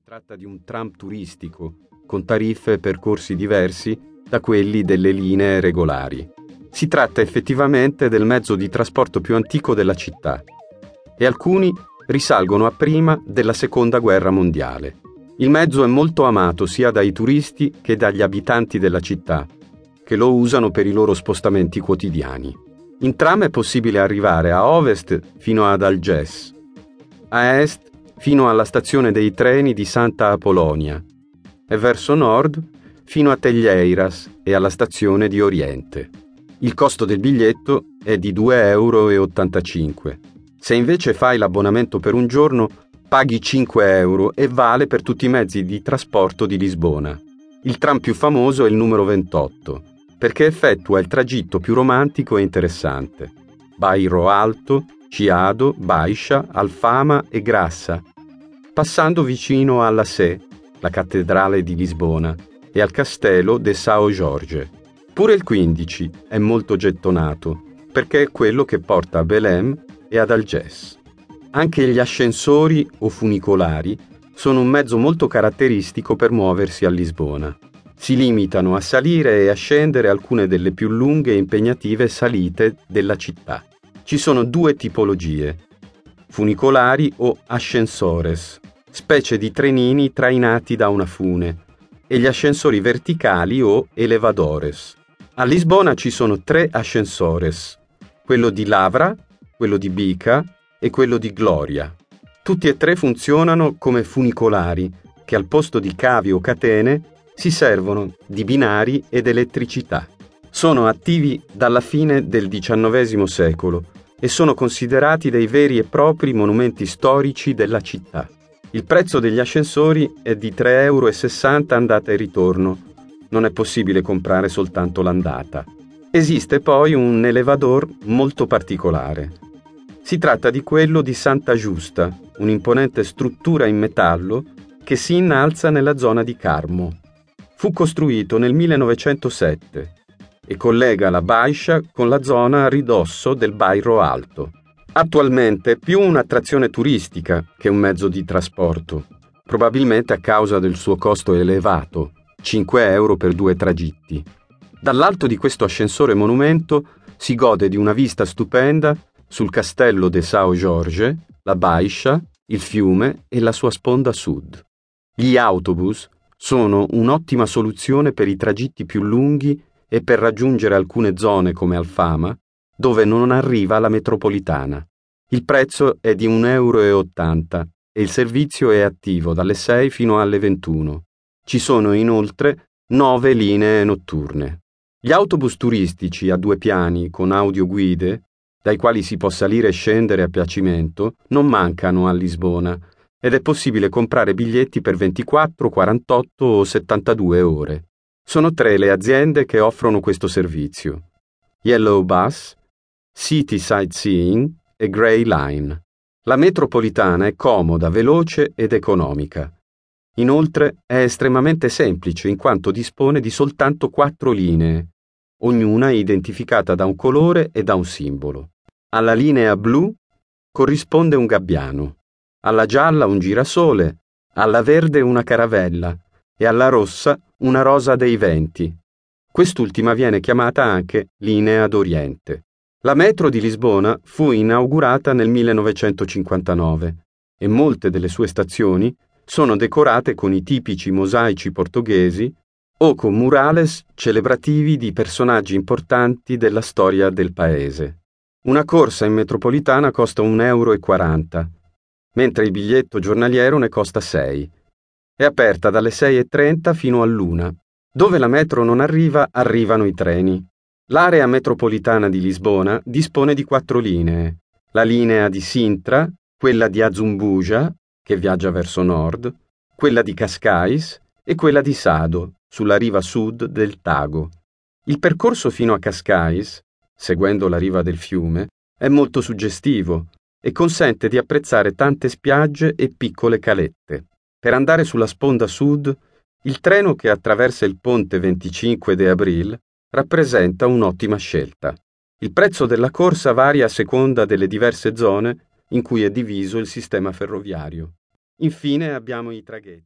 tratta di un tram turistico, con tariffe e percorsi diversi da quelli delle linee regolari. Si tratta effettivamente del mezzo di trasporto più antico della città e alcuni risalgono a prima della Seconda Guerra Mondiale. Il mezzo è molto amato sia dai turisti che dagli abitanti della città, che lo usano per i loro spostamenti quotidiani. In tram è possibile arrivare a ovest fino ad Algés, a est fino alla stazione dei treni di Santa Apolonia e verso nord fino a Telleiras e alla stazione di Oriente. Il costo del biglietto è di 2,85 euro. Se invece fai l'abbonamento per un giorno, paghi 5 euro e vale per tutti i mezzi di trasporto di Lisbona. Il tram più famoso è il numero 28, perché effettua il tragitto più romantico e interessante. Bairro Alto, Chiado, Baixa, Alfama e Grassa, passando vicino alla Sé, la cattedrale di Lisbona, e al castello de São Jorge. Pure il 15 è molto gettonato, perché è quello che porta a Belém e ad Algés. Anche gli ascensori o funicolari sono un mezzo molto caratteristico per muoversi a Lisbona. Si limitano a salire e a scendere alcune delle più lunghe e impegnative salite della città. Ci sono due tipologie: funicolari o ascensores, specie di trenini trainati da una fune, e gli ascensori verticali o elevadores. A Lisbona ci sono 3 ascensores, quello di Lavra, quello di Bica e quello di Gloria. Tutti e 3 funzionano come funicolari, che al posto di cavi o catene si servono di binari ed elettricità. Sono attivi dalla fine del XIX secolo e sono considerati dei veri e propri monumenti storici della città. Il prezzo degli ascensori è di 3,60 euro andata e ritorno. Non è possibile comprare soltanto l'andata. Esiste poi un elevador molto particolare. Si tratta di quello di Santa Justa, un'imponente struttura in metallo che si innalza nella zona di Carmo. Fu costruito nel 1907 e collega la Baixa con la zona a ridosso del Bairro Alto. Attualmente è più un'attrazione turistica che un mezzo di trasporto, probabilmente a causa del suo costo elevato, 5 euro per 2 tragitti. Dall'alto di questo ascensore monumento si gode di una vista stupenda sul castello de São Jorge, la Baixa, il fiume e la sua sponda sud. Gli autobus sono un'ottima soluzione per i tragitti più lunghi e per raggiungere alcune zone come Alfama, dove non arriva la metropolitana. Il prezzo è di 1,80 euro e il servizio è attivo dalle 6 fino alle 21. Ci sono inoltre 9 linee notturne. Gli autobus turistici a 2 piani con audioguide, dai quali si può salire e scendere a piacimento, non mancano a Lisbona ed è possibile comprare biglietti per 24, 48 o 72 ore. Sono 3 le aziende che offrono questo servizio: Yellow Bus, City Sightseeing e Grey Line. La metropolitana è comoda, veloce ed economica. Inoltre è estremamente semplice in quanto dispone di soltanto 4 linee, ognuna identificata da un colore e da un simbolo. Alla linea blu corrisponde un gabbiano, alla gialla un girasole, alla verde una caravella e alla rossa una rosa dei venti. Quest'ultima viene chiamata anche linea d'Oriente. La metro di Lisbona fu inaugurata nel 1959 e molte delle sue stazioni sono decorate con i tipici mosaici portoghesi o con murales celebrativi di personaggi importanti della storia del paese. Una corsa in metropolitana costa 1,40 euro, mentre il biglietto giornaliero ne costa 6. È aperta dalle 6:30 fino all'1. Dove la metro non arriva, arrivano i treni. L'area metropolitana di Lisbona dispone di 4 linee. La linea di Sintra, quella di Azumbuja, che viaggia verso nord, quella di Cascais e quella di Sado, sulla riva sud del Tago. Il percorso fino a Cascais, seguendo la riva del fiume, è molto suggestivo e consente di apprezzare tante spiagge e piccole calette. Per andare sulla sponda sud, il treno che attraversa il ponte 25 de Abril rappresenta un'ottima scelta. Il prezzo della corsa varia a seconda delle diverse zone in cui è diviso il sistema ferroviario. Infine abbiamo i traghetti.